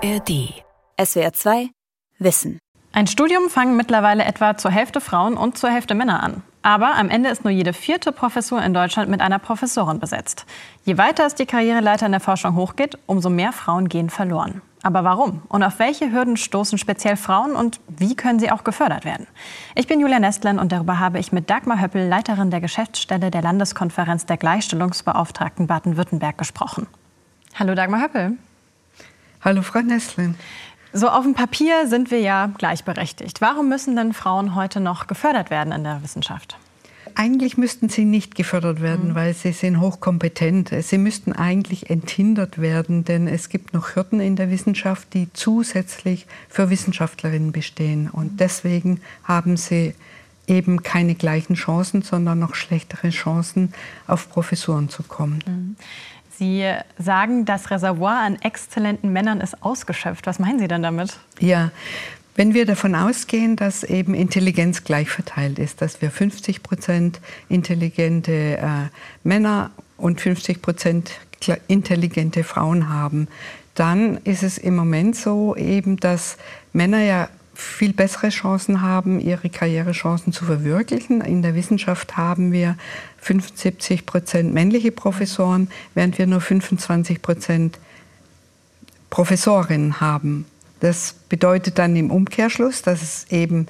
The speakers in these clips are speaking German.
ARD. SWR 2 Wissen. Ein Studium fangen mittlerweile etwa zur Hälfte Frauen und zur Hälfte Männer an. Aber am Ende ist nur jede 4. Professur in Deutschland mit einer Professorin besetzt. Je weiter es die Karriereleiter in der Forschung hochgeht, umso mehr Frauen gehen verloren. Aber warum? Und auf welche Hürden stoßen speziell Frauen und wie können sie auch gefördert werden? Ich bin Julia Nestlin und darüber habe ich mit Dagmar Höppel, Leiterin der Geschäftsstelle der Landeskonferenz der Gleichstellungsbeauftragten Baden-Württemberg, gesprochen. Hallo Dagmar Höppel. Hallo Frau Nestlin. So auf dem Papier sind wir ja gleichberechtigt. Warum müssen denn Frauen heute noch gefördert werden in der Wissenschaft? Eigentlich müssten sie nicht gefördert werden, weil sie sind hochkompetent. Sie müssten eigentlich enthindert werden, denn es gibt noch Hürden in der Wissenschaft, die zusätzlich für Wissenschaftlerinnen bestehen. Und deswegen haben sie eben keine gleichen Chancen, sondern noch schlechtere Chancen, auf Professuren zu kommen. Sie sagen, das Reservoir an exzellenten Männern ist ausgeschöpft. Was meinen Sie denn damit? Ja, wenn wir davon ausgehen, dass eben Intelligenz gleich verteilt ist, dass wir 50% intelligente Männer und 50% intelligente Frauen haben, dann ist es im Moment so eben, dass Männer ja viel bessere Chancen haben, ihre Karrierechancen zu verwirklichen. In der Wissenschaft haben wir 75% männliche Professoren, während wir nur 25% Professorinnen haben. Das bedeutet dann im Umkehrschluss, dass es eben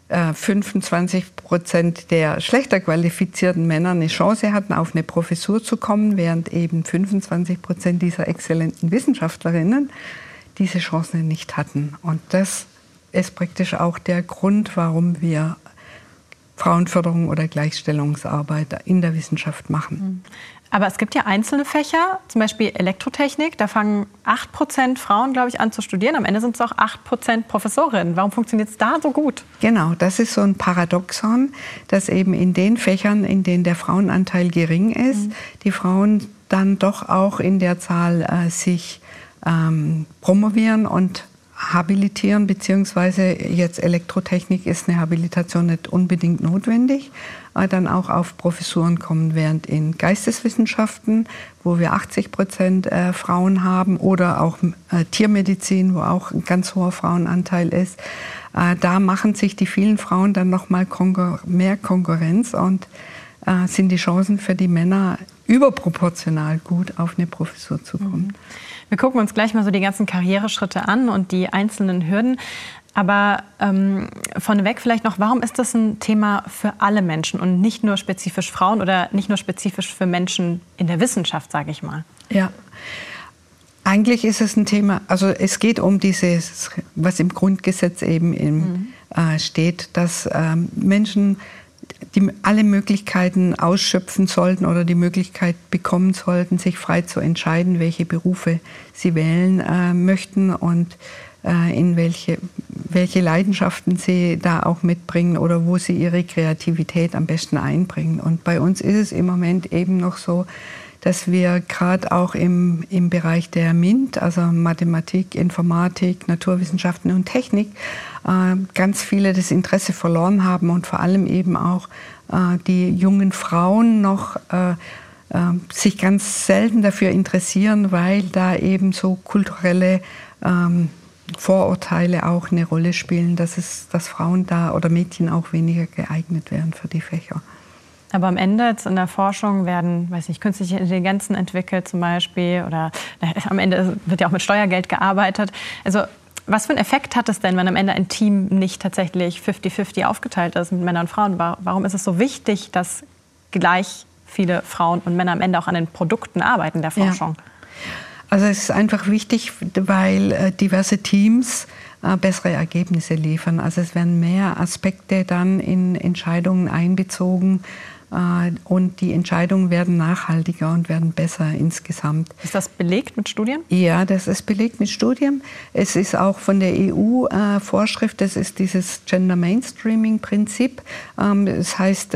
25% der schlechter qualifizierten Männer eine Chance hatten, auf eine Professur zu kommen, während eben 25% dieser exzellenten Wissenschaftlerinnen diese Chancen nicht hatten. Und das ist praktisch auch der Grund, warum wir Frauenförderung oder Gleichstellungsarbeit in der Wissenschaft machen. Aber es gibt ja einzelne Fächer, zum Beispiel Elektrotechnik, da fangen 8% Frauen, glaube ich, an zu studieren. Am Ende sind es auch 8% Professorinnen. Warum funktioniert es da so gut? Genau, das ist so ein Paradoxon, dass eben in den Fächern, in denen der Frauenanteil gering ist, die Frauen dann doch auch in der Zahl sich promovieren und habilitieren, beziehungsweise jetzt Elektrotechnik ist eine Habilitation nicht unbedingt notwendig, dann auch auf Professuren kommen, während in Geisteswissenschaften, wo wir 80% Frauen haben, oder auch Tiermedizin, wo auch ein ganz hoher Frauenanteil ist, da machen sich die vielen Frauen dann nochmal mehr Konkurrenz und sind die Chancen für die Männer überproportional gut, auf eine Professur zu kommen. Wir gucken uns gleich mal so die ganzen Karriereschritte an und die einzelnen Hürden. Aber vorneweg vielleicht noch, warum ist das ein Thema für alle Menschen und nicht nur spezifisch Frauen oder nicht nur spezifisch für Menschen in der Wissenschaft, sage ich mal? Ja, eigentlich ist es ein Thema, also es geht um dieses, was im Grundgesetz eben steht, dass Menschen die alle Möglichkeiten ausschöpfen sollten oder die Möglichkeit bekommen sollten, sich frei zu entscheiden, welche Berufe sie wählen möchten und in welche Leidenschaften sie da auch mitbringen oder wo sie ihre Kreativität am besten einbringen. Und bei uns ist es im Moment eben noch so, dass wir gerade auch im Bereich der MINT, also Mathematik, Informatik, Naturwissenschaften und Technik, ganz viele das Interesse verloren haben und vor allem eben auch die jungen Frauen noch sich ganz selten dafür interessieren, weil da eben so kulturelle Vorurteile auch eine Rolle spielen, dass Frauen da oder Mädchen auch weniger geeignet wären für die Fächer. Aber am Ende jetzt in der Forschung werden, künstliche Intelligenzen entwickelt zum Beispiel oder am Ende wird ja auch mit Steuergeld gearbeitet. Also was für einen Effekt hat es denn, wenn am Ende ein Team nicht tatsächlich 50-50 aufgeteilt ist mit Männern und Frauen? Warum ist es so wichtig, dass gleich viele Frauen und Männer am Ende auch an den Produkten arbeiten der Forschung? Ja. Also es ist einfach wichtig, weil diverse Teams bessere Ergebnisse liefern. Also es werden mehr Aspekte dann in Entscheidungen einbezogen und die Entscheidungen werden nachhaltiger und werden besser insgesamt. Ist das belegt mit Studien? Ja, das ist belegt mit Studien. Es ist auch von der EU Vorschrift, das ist dieses Gender Mainstreaming Prinzip. Das heißt,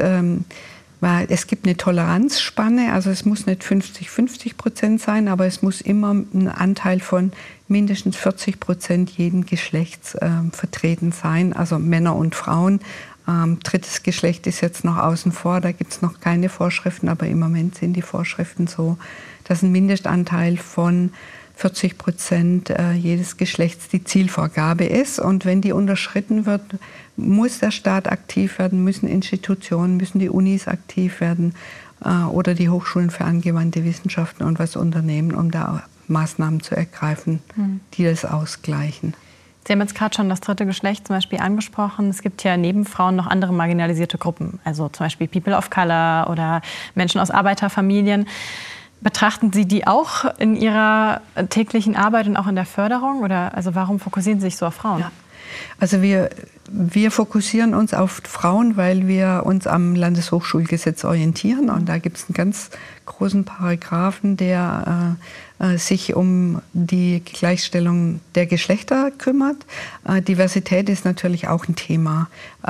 es gibt eine Toleranzspanne, also es muss nicht 50-50% sein, aber es muss immer ein Anteil von mindestens 40% jeden Geschlechts vertreten sein, also Männer und Frauen. Drittes Geschlecht ist jetzt noch außen vor, da gibt es noch keine Vorschriften, aber im Moment sind die Vorschriften so, dass ein Mindestanteil von 40% jedes Geschlechts die Zielvorgabe ist. Und wenn die unterschritten wird, muss der Staat aktiv werden, müssen Institutionen, müssen die Unis aktiv werden oder die Hochschulen für angewandte Wissenschaften und was unternehmen, um da Maßnahmen zu ergreifen, die das ausgleichen. Sie haben jetzt gerade schon das dritte Geschlecht zum Beispiel angesprochen. Es gibt ja neben Frauen noch andere marginalisierte Gruppen, also zum Beispiel People of Color oder Menschen aus Arbeiterfamilien. Betrachten Sie die auch in Ihrer täglichen Arbeit und auch in der Förderung? Oder also warum fokussieren Sie sich so auf Frauen? Ja. Also wir fokussieren uns auf Frauen, weil wir uns am Landeshochschulgesetz orientieren. Und da gibt es einen ganz großen Paragraphen, der sich um die Gleichstellung der Geschlechter kümmert. Diversität ist natürlich auch ein Thema.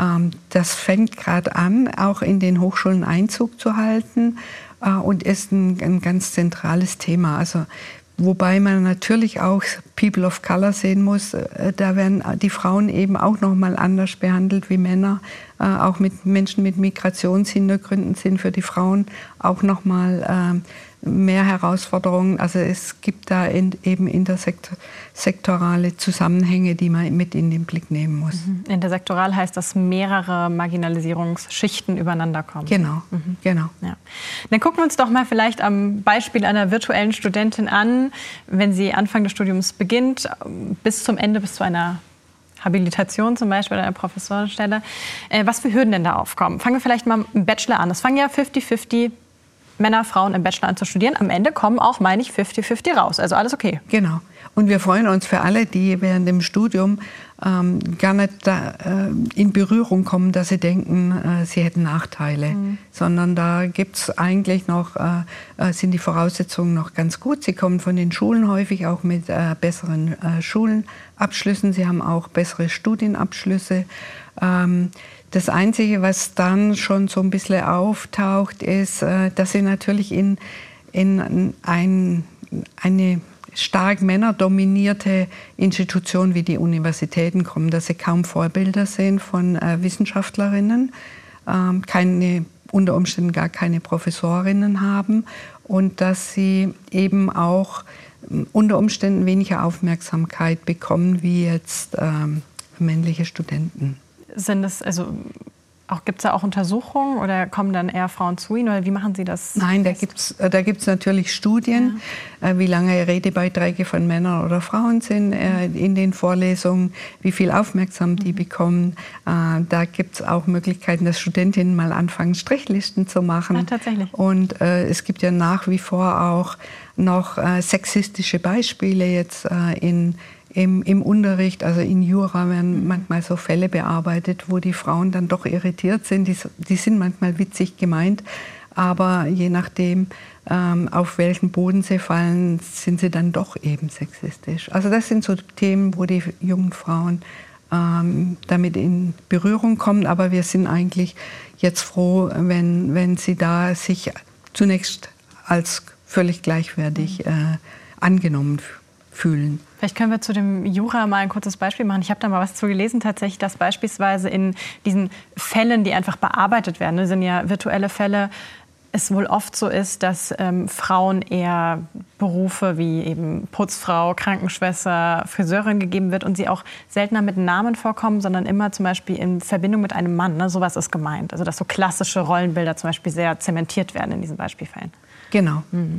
Das fängt gerade an, auch in den Hochschulen Einzug zu halten und ist ein ganz zentrales Thema. Also wobei man natürlich auch People of Color sehen muss, da werden die Frauen eben auch noch mal anders behandelt wie Männer. Auch mit Menschen mit Migrationshintergründen sind für die Frauen auch noch mal mehr Herausforderungen. Also es gibt da eben intersektorale Zusammenhänge, die man mit in den Blick nehmen muss. Intersektoral heißt, dass mehrere Marginalisierungsschichten übereinander kommen. Genau, genau. Ja. Dann gucken wir uns doch mal vielleicht am Beispiel einer virtuellen Studentin an, wenn sie Anfang des Studiums beginnt, bis zum Ende, bis zu einer Habilitation zum Beispiel, oder einer Professorenstelle. Was für Hürden denn da aufkommen? Fangen wir vielleicht mal im Bachelor an. Es fangen ja 50-50 Männer, Frauen im Bachelor an zu studieren. Am Ende kommen auch, meine ich, 50-50 raus. Also alles okay. Genau. Und wir freuen uns für alle, die während dem Studium gar nicht in Berührung kommen, dass sie denken, sie hätten Nachteile. Sondern da gibt's eigentlich noch, sind die Voraussetzungen noch ganz gut. Sie kommen von den Schulen häufig auch mit besseren Schulenabschlüssen. Sie haben auch bessere Studienabschlüsse. Das Einzige, was dann schon so ein bisschen auftaucht, ist, dass sie natürlich in eine stark männerdominierte Institution wie die Universitäten kommen, dass sie kaum Vorbilder sehen von Wissenschaftlerinnen, unter Umständen gar keine Professorinnen haben und dass sie eben auch unter Umständen weniger Aufmerksamkeit bekommen wie jetzt männliche Studenten. Sind es gibt es da auch Untersuchungen oder kommen dann eher Frauen zu Ihnen oder wie machen Sie das? Nein, da gibt's natürlich Studien, wie lange Redebeiträge von Männern oder Frauen sind in den Vorlesungen, wie viel Aufmerksamkeit die bekommen. Da gibt es auch Möglichkeiten, dass Studentinnen mal anfangen, Strichlisten zu machen. Ja, tatsächlich. Und es gibt ja nach wie vor auch noch sexistische Beispiele jetzt im Unterricht, also in Jura werden manchmal so Fälle bearbeitet, wo die Frauen dann doch irritiert sind. Die sind manchmal witzig gemeint, aber je nachdem, auf welchen Boden sie fallen, sind sie dann doch eben sexistisch. Also das sind so Themen, wo die jungen Frauen damit in Berührung kommen. Aber wir sind eigentlich jetzt froh, wenn sie da sich zunächst als völlig gleichwertig angenommen fühlen. Vielleicht können wir zu dem Jura mal ein kurzes Beispiel machen. Ich habe da mal was zu gelesen, tatsächlich, dass beispielsweise in diesen Fällen, die einfach bearbeitet werden, das sind ja virtuelle Fälle, es wohl oft so ist, dass Frauen eher Berufe wie eben Putzfrau, Krankenschwester, Friseurin gegeben wird und sie auch seltener mit Namen vorkommen, sondern immer zum Beispiel in Verbindung mit einem Mann. Ne? Sowas ist gemeint. Also dass so klassische Rollenbilder zum Beispiel sehr zementiert werden in diesen Beispielfällen. Genau.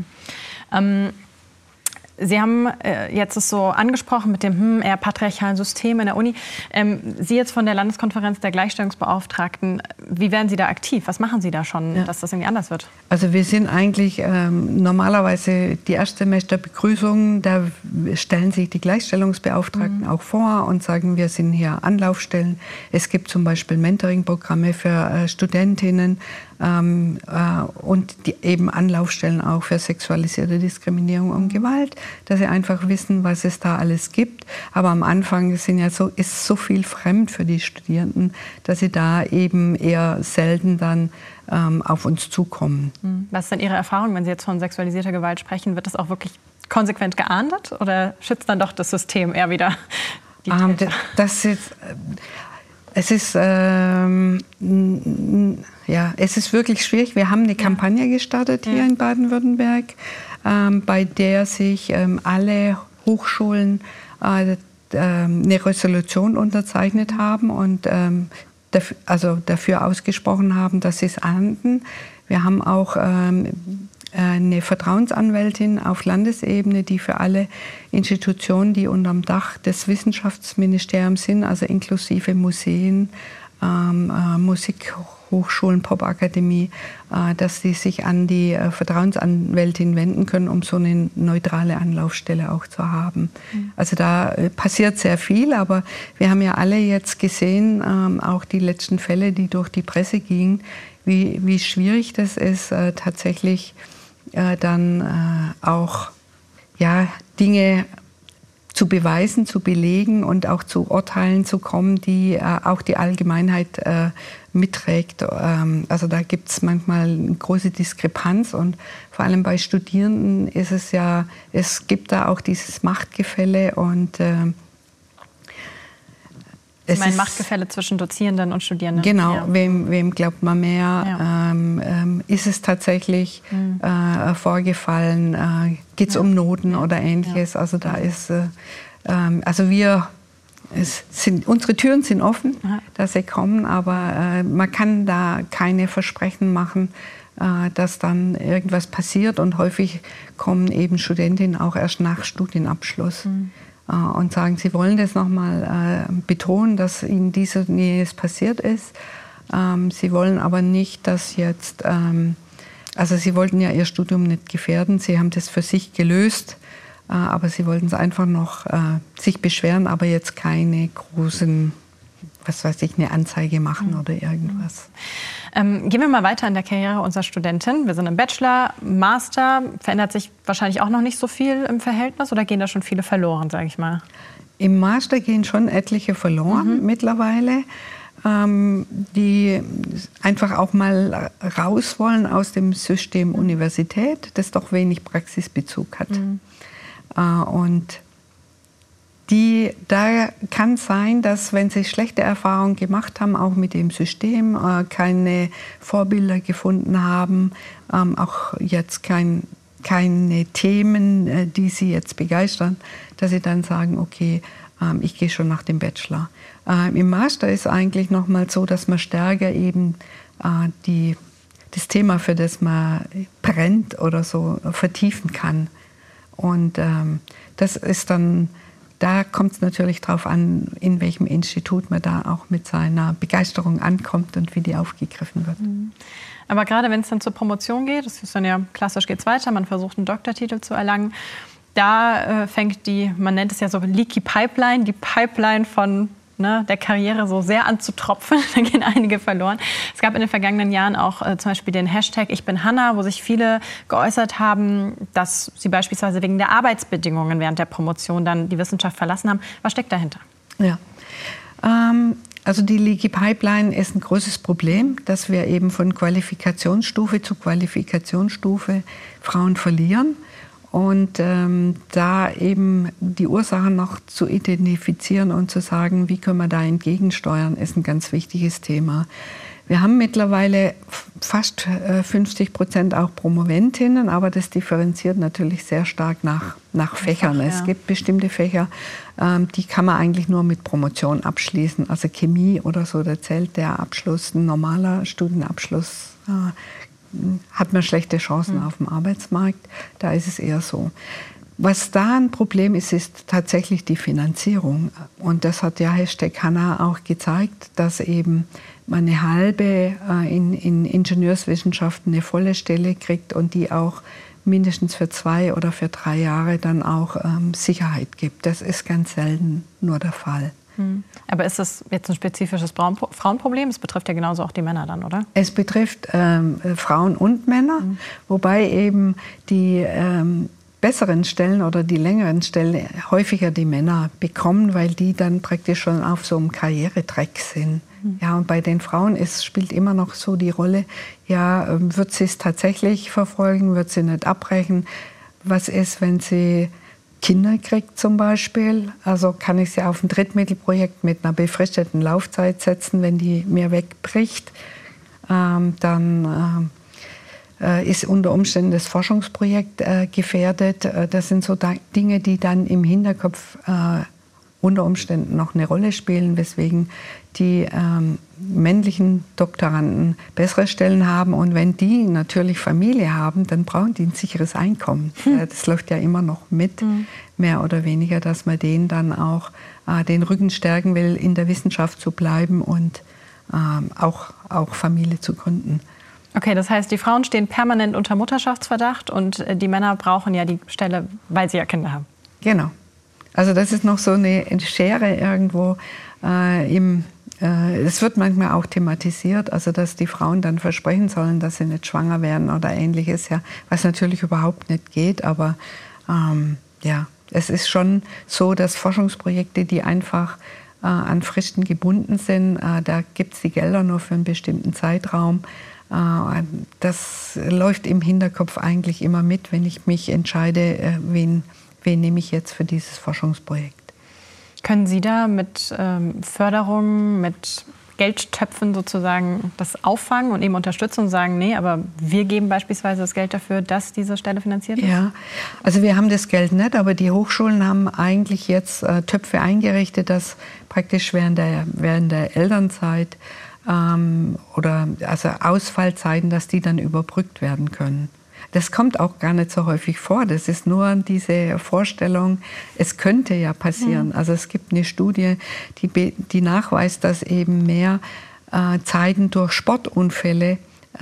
Sie haben jetzt es so angesprochen mit dem eher patriarchalen System in der Uni. Sie jetzt von der Landeskonferenz der Gleichstellungsbeauftragten, wie werden Sie da aktiv? Was machen Sie da schon, dass das irgendwie anders wird? Also wir sind eigentlich normalerweise die Erstsemesterbegrüßungen, da stellen sich die Gleichstellungsbeauftragten auch vor und sagen, wir sind hier Anlaufstellen. Es gibt zum Beispiel Mentoring-Programme für Studentinnen und die eben Anlaufstellen auch für sexualisierte Diskriminierung und Gewalt, dass sie einfach wissen, was es da alles gibt. Aber am Anfang ist so viel fremd für die Studierenden, dass sie da eben eher selten dann auf uns zukommen. Was ist denn Ihre Erfahrung, wenn Sie jetzt von sexualisierter Gewalt sprechen? Wird das auch wirklich konsequent geahndet oder schützt dann doch das System eher wieder die Täter? es ist wirklich schwierig. Wir haben eine Kampagne gestartet hier in Baden-Württemberg, bei der sich alle Hochschulen eine Resolution unterzeichnet haben und dafür ausgesprochen haben, dass sie es ahnden. Wir haben auch eine Vertrauensanwältin auf Landesebene, die für alle Institutionen, die unterm Dach des Wissenschaftsministeriums sind, also inklusive Museen, Musikhochschulen, Popakademie, dass sie sich an die Vertrauensanwältin wenden können, um so eine neutrale Anlaufstelle auch zu haben. Also da passiert sehr viel, aber wir haben ja alle jetzt gesehen, auch die letzten Fälle, die durch die Presse gingen, wie schwierig das ist, tatsächlich dann auch Dinge zu beweisen, zu belegen und auch zu Urteilen zu kommen, die auch die Allgemeinheit mitträgt. Also da gibt es manchmal eine große Diskrepanz und vor allem bei Studierenden ist es gibt da auch dieses Machtgefälle und Sie meinen Machtgefälle zwischen Dozierenden und Studierenden? Genau, ja. Wem glaubt man mehr? Ja. Ist es tatsächlich vorgefallen? Geht es um Noten oder Ähnliches? Ja. Also da ist, unsere Türen sind offen, dass sie kommen, aber man kann da keine Versprechen machen, dass dann irgendwas passiert. Und häufig kommen eben Studentinnen auch erst nach Studienabschluss. Und sagen, sie wollen das nochmal betonen, dass ihnen dies und jenes passiert ist. Sie wollen aber nicht, dass jetzt, sie wollten ja ihr Studium nicht gefährden, sie haben das für sich gelöst, aber sie wollten es einfach noch sich beschweren, aber jetzt keine großen, eine Anzeige machen oder irgendwas. Gehen wir mal weiter in der Karriere unserer Studentin. Wir sind im Bachelor, Master. Verändert sich wahrscheinlich auch noch nicht so viel im Verhältnis oder gehen da schon viele verloren, sage ich mal? Im Master gehen schon etliche verloren mittlerweile, die einfach auch mal raus wollen aus dem System Universität, das doch wenig Praxisbezug hat. Und da kann sein, dass wenn sie schlechte Erfahrungen gemacht haben, auch mit dem System, keine Vorbilder gefunden haben, auch jetzt keine Themen, die sie jetzt begeistern, dass sie dann sagen, okay, ich gehe schon nach dem Bachelor. Im Master ist eigentlich noch mal so, dass man stärker eben das Thema, für das man brennt oder so, vertiefen kann. Und das ist dann, da kommt es natürlich darauf an, in welchem Institut man da auch mit seiner Begeisterung ankommt und wie die aufgegriffen wird. Aber gerade wenn es dann zur Promotion geht, das ist dann ja klassisch, geht es weiter, man versucht einen Doktortitel zu erlangen, da fängt man nennt es ja so Leaky Pipeline, die Pipeline von der Karriere so sehr anzutropfen, da gehen einige verloren. Es gab in den vergangenen Jahren auch zum Beispiel den Hashtag Ich bin Hanna, wo sich viele geäußert haben, dass sie beispielsweise wegen der Arbeitsbedingungen während der Promotion dann die Wissenschaft verlassen haben. Was steckt dahinter? Ja, also die Leaky Pipeline ist ein großes Problem, dass wir eben von Qualifikationsstufe zu Qualifikationsstufe Frauen verlieren. Und da eben die Ursachen noch zu identifizieren und zu sagen, wie können wir da entgegensteuern, ist ein ganz wichtiges Thema. Wir haben mittlerweile fast 50% auch Promoventinnen, aber das differenziert natürlich sehr stark nach Fächern. Es gibt bestimmte Fächer, die kann man eigentlich nur mit Promotion abschließen. Also Chemie oder so, da zählt der Abschluss, ein normaler Studienabschluss, hat man schlechte Chancen auf dem Arbeitsmarkt. Da ist es eher so. Was da ein Problem ist, ist tatsächlich die Finanzierung. Und das hat ja Hashtag Hanna auch gezeigt, dass eben man eine halbe in Ingenieurswissenschaften eine volle Stelle kriegt und die auch mindestens für 2 oder für 3 Jahre dann auch Sicherheit gibt. Das ist ganz selten nur der Fall. Aber ist das jetzt ein spezifisches Frauenproblem? Es betrifft ja genauso auch die Männer dann, oder? Es betrifft Frauen und Männer, wobei eben die besseren Stellen oder die längeren Stellen häufiger die Männer bekommen, weil die dann praktisch schon auf so einem Karrieretrack sind. Ja, und bei den Frauen spielt immer noch so die Rolle, ja, wird sie es tatsächlich verfolgen, wird sie nicht abbrechen? Was ist, wenn sie Kinder kriegt zum Beispiel. Also kann ich sie auf ein Drittmittelprojekt mit einer befristeten Laufzeit setzen, wenn die mir wegbricht. Dann ist unter Umständen das Forschungsprojekt gefährdet. Das sind so Dinge, die dann im Hinterkopf unter Umständen noch eine Rolle spielen, weswegen die männlichen Doktoranden bessere Stellen haben. Und wenn die natürlich Familie haben, dann brauchen die ein sicheres Einkommen. Das läuft ja immer noch mit, mehr oder weniger, dass man denen dann auch den Rücken stärken will, in der Wissenschaft zu bleiben und auch Familie zu gründen. Okay, das heißt, die Frauen stehen permanent unter Mutterschaftsverdacht und die Männer brauchen ja die Stelle, weil sie ja Kinder haben. Genau. Also das ist noch so eine Schere irgendwo es wird manchmal auch thematisiert, also dass die Frauen dann versprechen sollen, dass sie nicht schwanger werden oder Ähnliches, ja, was natürlich überhaupt nicht geht. Aber ja, es ist schon so, dass Forschungsprojekte, die einfach an Fristen gebunden sind, da gibt es die Gelder nur für einen bestimmten Zeitraum. Das läuft im Hinterkopf eigentlich immer mit, wenn ich mich entscheide, wen nehme ich jetzt für dieses Forschungsprojekt. Können Sie da mit Förderung, mit Geldtöpfen sozusagen das auffangen und eben unterstützen und sagen, nee, aber wir geben beispielsweise das Geld dafür, dass diese Stelle finanziert ist? Ja, also wir haben das Geld nicht, aber die Hochschulen haben eigentlich jetzt Töpfe eingerichtet, dass praktisch während der Elternzeit oder also Ausfallzeiten, dass die dann überbrückt werden können. Das kommt auch gar nicht so häufig vor. Das ist nur diese Vorstellung, es könnte ja passieren. Also es gibt eine Studie, die nachweist, dass eben mehr Zeiten durch Sportunfälle,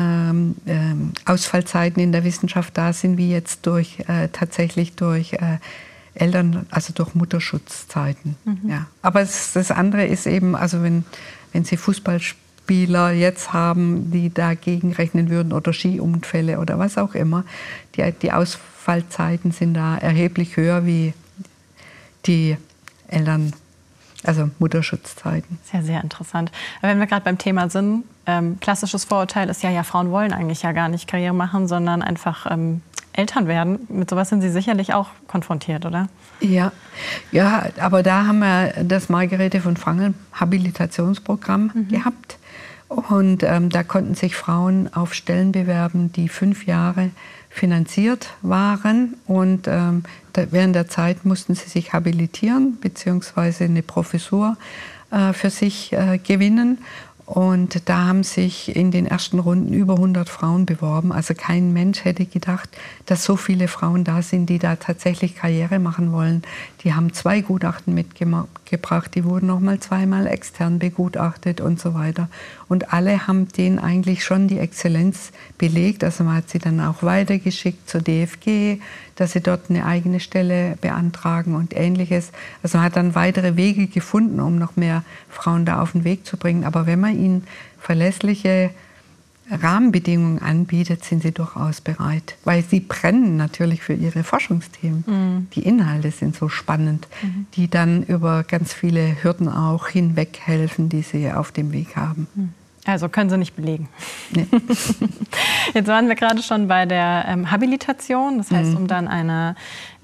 Ausfallzeiten in der Wissenschaft da sind, wie jetzt tatsächlich durch Eltern, also durch Mutterschutzzeiten. Ja. Aber das andere ist eben, also wenn Sie Fußballspieler jetzt haben, die dagegen rechnen würden oder Skiunfälle oder was auch immer. Die Ausfallzeiten sind da erheblich höher wie die Eltern, also Mutterschutzzeiten. Sehr, sehr interessant. Aber wenn wir gerade beim Thema sind, klassisches Vorurteil ist ja, Frauen wollen eigentlich ja gar nicht Karriere machen, sondern einfach Eltern werden. Mit sowas sind Sie sicherlich auch konfrontiert, oder? Ja, aber da haben wir das Margarete von Wrangel Habilitationsprogramm gehabt. Und da konnten sich Frauen auf Stellen bewerben, die 5 Jahre finanziert waren. Und während der Zeit mussten sie sich habilitieren bzw. eine Professur für sich gewinnen. Und da haben sich in den ersten Runden über 100 Frauen beworben. Also kein Mensch hätte gedacht, dass so viele Frauen da sind, die da tatsächlich Karriere machen wollen. Die haben 2 Gutachten mitgebracht, die wurden nochmal 2-mal extern begutachtet und so weiter. Und alle haben denen eigentlich schon die Exzellenz belegt. Also man hat sie dann auch weitergeschickt zur DFG, dass sie dort eine eigene Stelle beantragen und Ähnliches. Also man hat dann weitere Wege gefunden, um noch mehr Frauen da auf den Weg zu bringen. Aber wenn man ihnen verlässliche Rahmenbedingungen anbietet, sind sie durchaus bereit. Weil sie brennen natürlich für ihre Forschungsthemen. Die Inhalte sind so spannend, die dann über ganz viele Hürden auch hinweg helfen, die sie auf dem Weg haben. Also können Sie nicht belegen. Nee. Jetzt waren wir gerade schon bei der Habilitation. Das heißt, um dann eine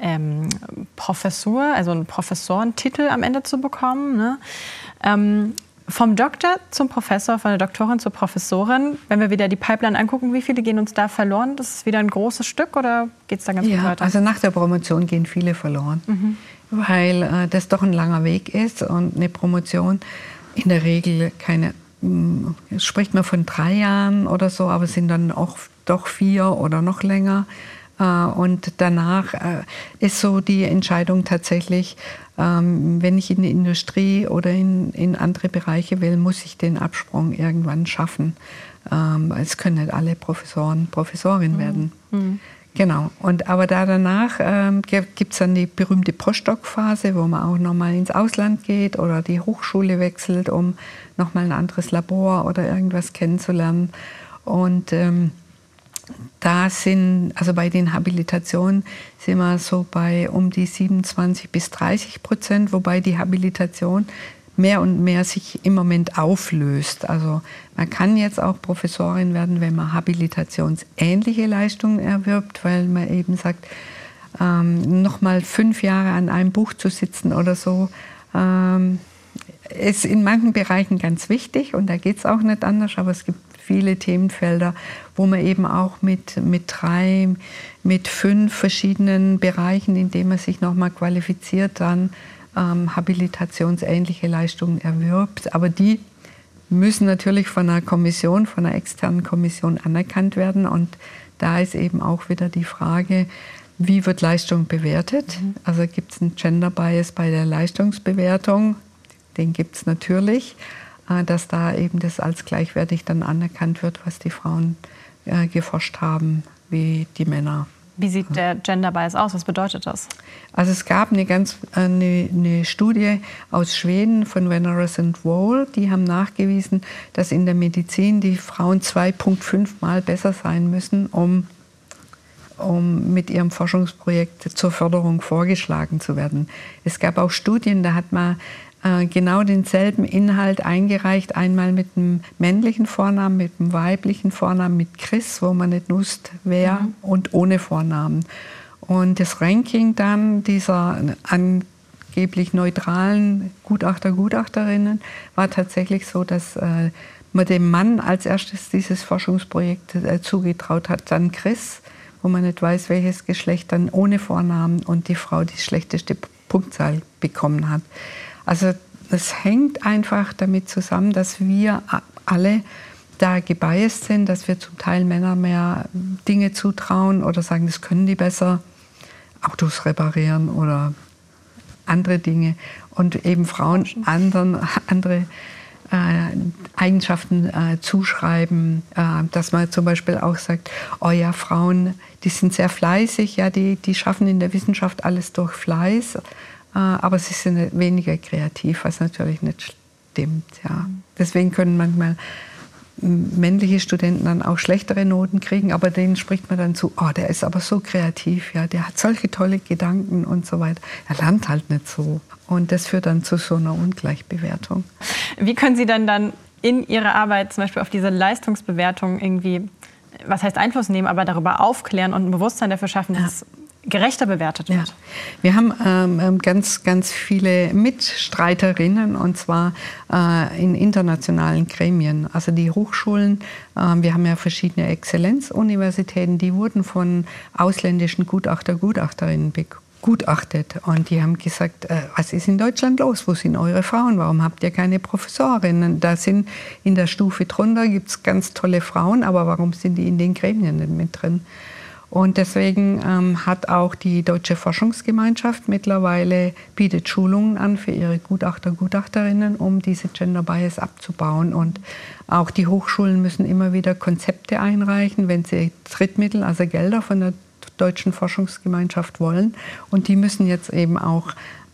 Professur, also einen Professorentitel am Ende zu bekommen, ne? Vom Doktor zum Professor, von der Doktorin zur Professorin, wenn wir wieder die Pipeline angucken, wie viele gehen uns da verloren? Das ist wieder ein großes Stück oder geht es da ganz gut weiter? Also nach der Promotion gehen viele verloren, weil das doch ein langer Weg ist und eine Promotion in der Regel spricht man von 3 Jahren oder so, aber es sind dann auch doch 4 oder noch länger. Und danach ist so die Entscheidung tatsächlich, wenn ich in die Industrie oder in andere Bereiche will, muss ich den Absprung irgendwann schaffen. Es können nicht alle Professorin werden. Genau. Aber danach gibt es dann die berühmte Postdoc-Phase, wo man auch nochmal ins Ausland geht oder die Hochschule wechselt, um nochmal ein anderes Labor oder irgendwas kennenzulernen. Und da also bei den Habilitationen sind wir so bei um die 27-30%, wobei die Habilitation mehr und mehr sich im Moment auflöst. Also man kann jetzt auch Professorin werden, wenn man habilitationsähnliche Leistungen erwirbt, weil man eben sagt, noch mal 5 Jahre an einem Buch zu sitzen oder so, ist in manchen Bereichen ganz wichtig und da geht es auch nicht anders, aber es gibt viele Themenfelder, wo man eben auch mit 3, mit 5 verschiedenen Bereichen, in denen man sich nochmal qualifiziert, dann habilitationsähnliche Leistungen erwirbt. Aber die müssen natürlich von einer Kommission, von einer externen Kommission anerkannt werden. Und da ist eben auch wieder die Frage, wie wird Leistung bewertet? Also gibt es einen Gender Bias bei der Leistungsbewertung? Den gibt es natürlich, dass da eben das als gleichwertig dann anerkannt wird, was die Frauen geforscht haben, wie die Männer. Wie sieht der Gender Bias aus? Was bedeutet das? Also es gab eine Studie aus Schweden von Veneras und Wohl, die haben nachgewiesen, dass in der Medizin die Frauen 2,5 Mal besser sein müssen, um mit ihrem Forschungsprojekt zur Förderung vorgeschlagen zu werden. Es gab auch Studien, da hat man genau denselben Inhalt eingereicht, einmal mit einem männlichen Vornamen, mit einem weiblichen Vornamen, mit Chris, wo man nicht wusste, wer, und ohne Vornamen. Und das Ranking dann dieser angeblich neutralen Gutachter, Gutachterinnen war tatsächlich so, dass man dem Mann als erstes dieses Forschungsprojekt zugetraut hat, dann Chris, wo man nicht weiß, welches Geschlecht, dann ohne Vornamen, und die Frau die schlechteste Punktzahl bekommen hat. Also es hängt einfach damit zusammen, dass wir alle da gebiased sind, dass wir zum Teil Männern mehr Dinge zutrauen oder sagen, das können die besser, Autos reparieren oder andere Dinge, und eben Frauen andere Eigenschaften zuschreiben, dass man zum Beispiel auch sagt, oh ja, Frauen, die sind sehr fleißig, ja, die schaffen in der Wissenschaft alles durch Fleiß, aber sie sind weniger kreativ, was natürlich nicht stimmt. Ja. Deswegen können manchmal männliche Studenten dann auch schlechtere Noten kriegen, aber denen spricht man dann zu, oh, der ist aber so kreativ, ja, der hat solche tolle Gedanken und so weiter. Er lernt halt nicht so. Und das führt dann zu so einer Ungleichbewertung. Wie können Sie denn dann in Ihrer Arbeit zum Beispiel auf diese Leistungsbewertung irgendwie, was heißt Einfluss nehmen, aber darüber aufklären und ein Bewusstsein dafür schaffen, dass es gerechter bewertet wird? Ja. Wir haben ganz, ganz viele Mitstreiterinnen, und zwar in internationalen Gremien. Also die Hochschulen, wir haben ja verschiedene Exzellenzuniversitäten, die wurden von ausländischen Gutachterinnen begutachtet. Und die haben gesagt, was ist in Deutschland los? Wo sind eure Frauen? Warum habt ihr keine Professorinnen? Da sind in der Stufe drunter, gibt es ganz tolle Frauen, aber warum sind die in den Gremien nicht mit drin? Und deswegen hat auch die Deutsche Forschungsgemeinschaft mittlerweile, bietet Schulungen an für ihre Gutachter, Gutachterinnen, um diese Gender Bias abzubauen. Und auch die Hochschulen müssen immer wieder Konzepte einreichen, wenn sie Drittmittel, also Gelder von der Deutschen Forschungsgemeinschaft wollen. Und die müssen jetzt eben auch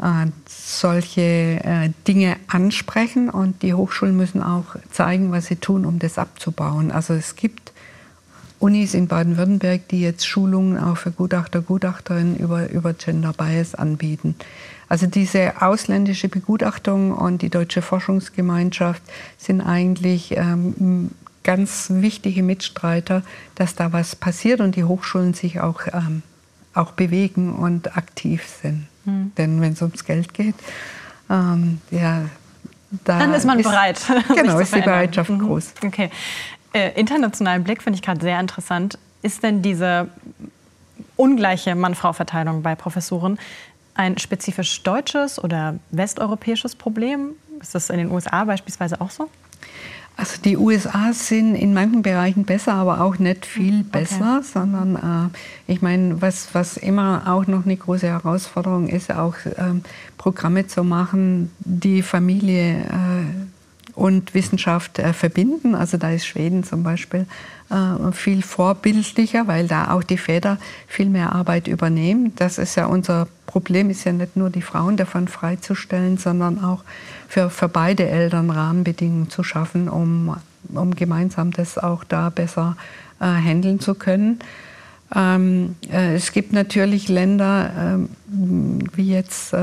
solche Dinge ansprechen. Und die Hochschulen müssen auch zeigen, was sie tun, um das abzubauen. Also es gibt Unis in Baden-Württemberg, die jetzt Schulungen auch für Gutachter, Gutachterinnen über Gender Bias anbieten. Also diese ausländische Begutachtung und die Deutsche Forschungsgemeinschaft sind eigentlich ganz wichtige Mitstreiter, dass da was passiert und die Hochschulen sich auch bewegen und aktiv sind. Denn wenn es ums Geld geht, dann ist man bereit. Genau, ist die Bereitschaft groß. Okay. Internationalen Blick finde ich gerade sehr interessant. Ist denn diese ungleiche Mann-Frau-Verteilung bei Professoren ein spezifisch deutsches oder westeuropäisches Problem? Ist das in den USA beispielsweise auch so? Also die USA sind in manchen Bereichen besser, aber auch nicht viel besser, sondern ich meine, was immer auch noch eine große Herausforderung ist, auch Programme zu machen, die Familie und Wissenschaft verbinden. Also da ist Schweden zum Beispiel viel vorbildlicher, weil da auch die Väter viel mehr Arbeit übernehmen. Das ist ja unser Problem, ist ja nicht nur die Frauen davon freizustellen, sondern auch für beide Eltern Rahmenbedingungen zu schaffen, um gemeinsam das auch da besser handeln zu können. Es gibt natürlich Länder wie jetzt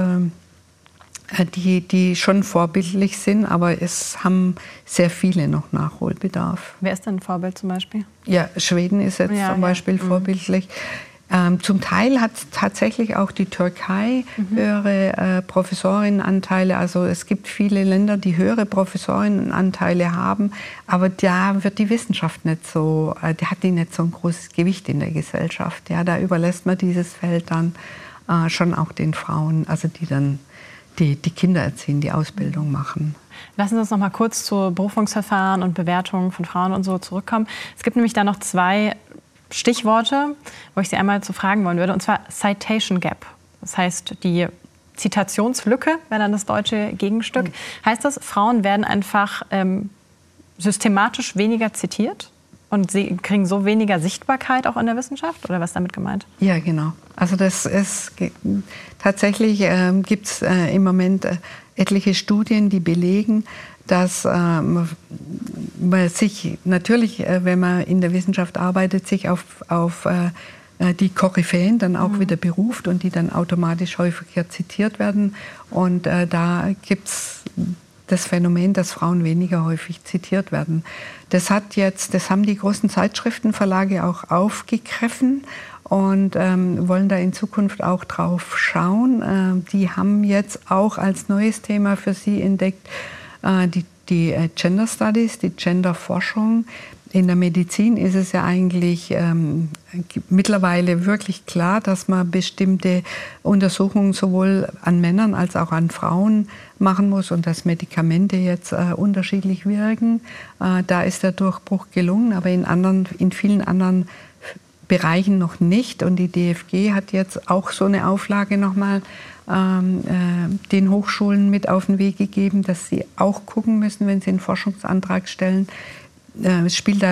die schon vorbildlich sind, aber es haben sehr viele noch Nachholbedarf. Wer ist denn ein Vorbild zum Beispiel? Ja, Schweden ist jetzt zum Beispiel vorbildlich. Zum Teil hat tatsächlich auch die Türkei höhere Professorinnenanteile. Also es gibt viele Länder, die höhere Professorinnenanteile haben, aber da wird die Wissenschaft nicht so, die hat nicht so ein großes Gewicht in der Gesellschaft. Ja, da überlässt man dieses Feld dann schon auch den Frauen, also die dann die Kinder erziehen, die Ausbildung machen. Lassen Sie uns noch mal kurz zu Berufungsverfahren und Bewertungen von Frauen und so zurückkommen. Es gibt nämlich da noch 2 Stichworte, wo ich Sie einmal zu fragen wollen würde, und zwar Citation Gap. Das heißt, die Zitationslücke wäre dann das deutsche Gegenstück. Heißt das, Frauen werden einfach systematisch weniger zitiert und sie kriegen so weniger Sichtbarkeit auch in der Wissenschaft? Oder was ist damit gemeint? Ja, genau. Also das ist tatsächlich gibt es im Moment etliche Studien, die belegen, dass man sich natürlich, wenn man in der Wissenschaft arbeitet, sich auf die Koryphäen dann auch wieder beruft und die dann automatisch häufiger zitiert werden. Und da gibt es das Phänomen, dass Frauen weniger häufig zitiert werden. Das haben die großen Zeitschriftenverlage auch aufgegriffen und wollen da in Zukunft auch drauf schauen. Die haben jetzt auch als neues Thema für sie entdeckt, die Gender Studies, die Genderforschung. In der Medizin ist es ja eigentlich mittlerweile wirklich klar, dass man bestimmte Untersuchungen sowohl an Männern als auch an Frauen machen muss und dass Medikamente jetzt unterschiedlich wirken. Da ist der Durchbruch gelungen, aber in vielen anderen Bereichen noch nicht. Und die DFG hat jetzt auch so eine Auflage nochmal den Hochschulen mit auf den Weg gegeben, dass sie auch gucken müssen, wenn sie einen Forschungsantrag stellen, spielt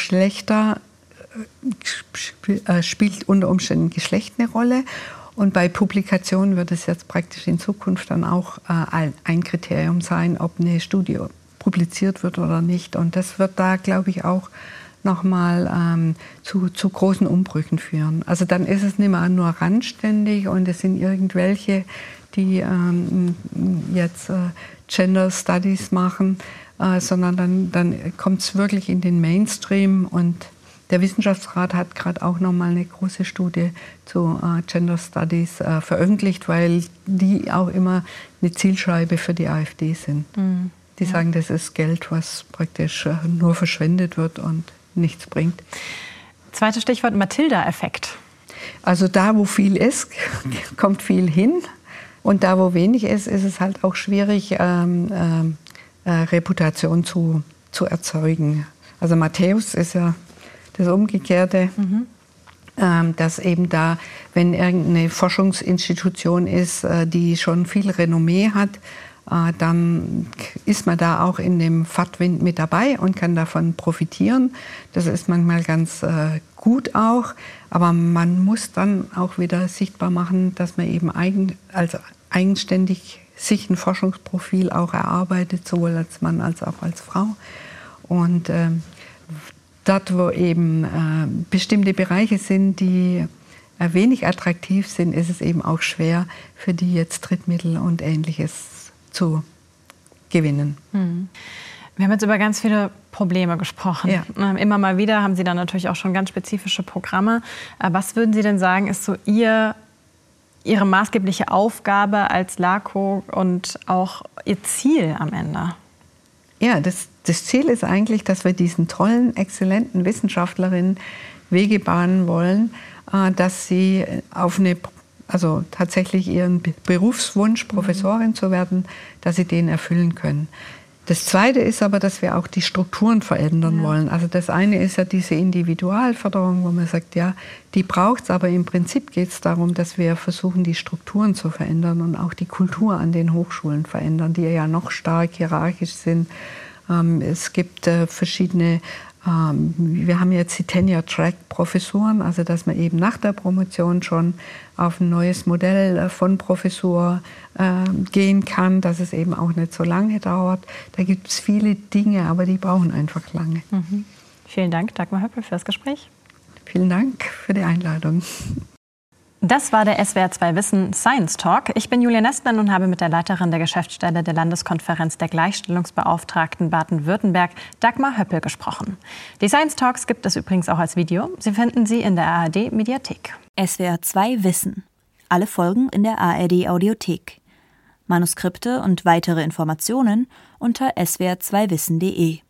unter Umständen Geschlecht eine Rolle. Und bei Publikationen wird es jetzt praktisch in Zukunft dann auch ein Kriterium sein, ob eine Studie publiziert wird oder nicht. Und das wird da, glaube ich, auch nochmal zu großen Umbrüchen führen. Also dann ist es nicht mehr nur randständig und es sind irgendwelche, die jetzt Gender Studies machen, sondern dann kommt es wirklich in den Mainstream. Und der Wissenschaftsrat hat gerade auch nochmal eine große Studie zu Gender Studies veröffentlicht, weil die auch immer eine Zielscheibe für die AfD sind. Die sagen, das ist Geld, was praktisch nur verschwendet wird und nichts bringt. Zweites Stichwort, Matilda-Effekt. Also da, wo viel ist, kommt viel hin. Und da, wo wenig ist, ist es halt auch schwierig, Reputation zu erzeugen. Also Matthäus ist ja das Umgekehrte, dass eben da, wenn irgendeine Forschungsinstitution ist, die schon viel Renommee hat, dann ist man da auch in dem Fahrtwind mit dabei und kann davon profitieren. Das ist manchmal ganz gut auch, aber man muss dann auch wieder sichtbar machen, dass man eben eigenständig sich ein Forschungsprofil auch erarbeitet, sowohl als Mann als auch als Frau. Und dort, wo eben bestimmte Bereiche sind, die wenig attraktiv sind, ist es eben auch schwer, für die jetzt Drittmittel und Ähnliches zu gewinnen. Wir haben jetzt über ganz viele Probleme gesprochen. Ja. Immer mal wieder haben Sie dann natürlich auch schon ganz spezifische Programme. Was würden Sie denn sagen, ist so Ihre maßgebliche Aufgabe als LAKO und auch Ihr Ziel am Ende? Ja, das Ziel ist eigentlich, dass wir diesen tollen, exzellenten Wissenschaftlerinnen Wege bahnen wollen, dass sie also tatsächlich ihren Berufswunsch, Professorin zu werden, dass sie den erfüllen können. Das Zweite ist aber, dass wir auch die Strukturen verändern wollen. Also das eine ist ja diese Individualförderung, wo man sagt, ja, die braucht es, aber im Prinzip geht es darum, dass wir versuchen, die Strukturen zu verändern und auch die Kultur an den Hochschulen verändern, die ja noch stark hierarchisch sind. Es gibt verschiedene, wir haben jetzt die Tenure-Track-Professuren, also dass man eben nach der Promotion schon auf ein neues Modell von Professur gehen kann, dass es eben auch nicht so lange dauert. Da gibt es viele Dinge, aber die brauchen einfach lange. Vielen Dank, Dagmar Höppel, für das Gespräch. Vielen Dank für die Einladung. Das war der SWR2 Wissen Science Talk. Ich bin Julia Nestmann und habe mit der Leiterin der Geschäftsstelle der Landeskonferenz der Gleichstellungsbeauftragten Baden-Württemberg, Dagmar Höppel, gesprochen. Die Science Talks gibt es übrigens auch als Video. Sie finden sie in der ARD-Mediathek. SWR2 Wissen. Alle Folgen in der ARD-Audiothek. Manuskripte und weitere Informationen unter swr2wissen.de.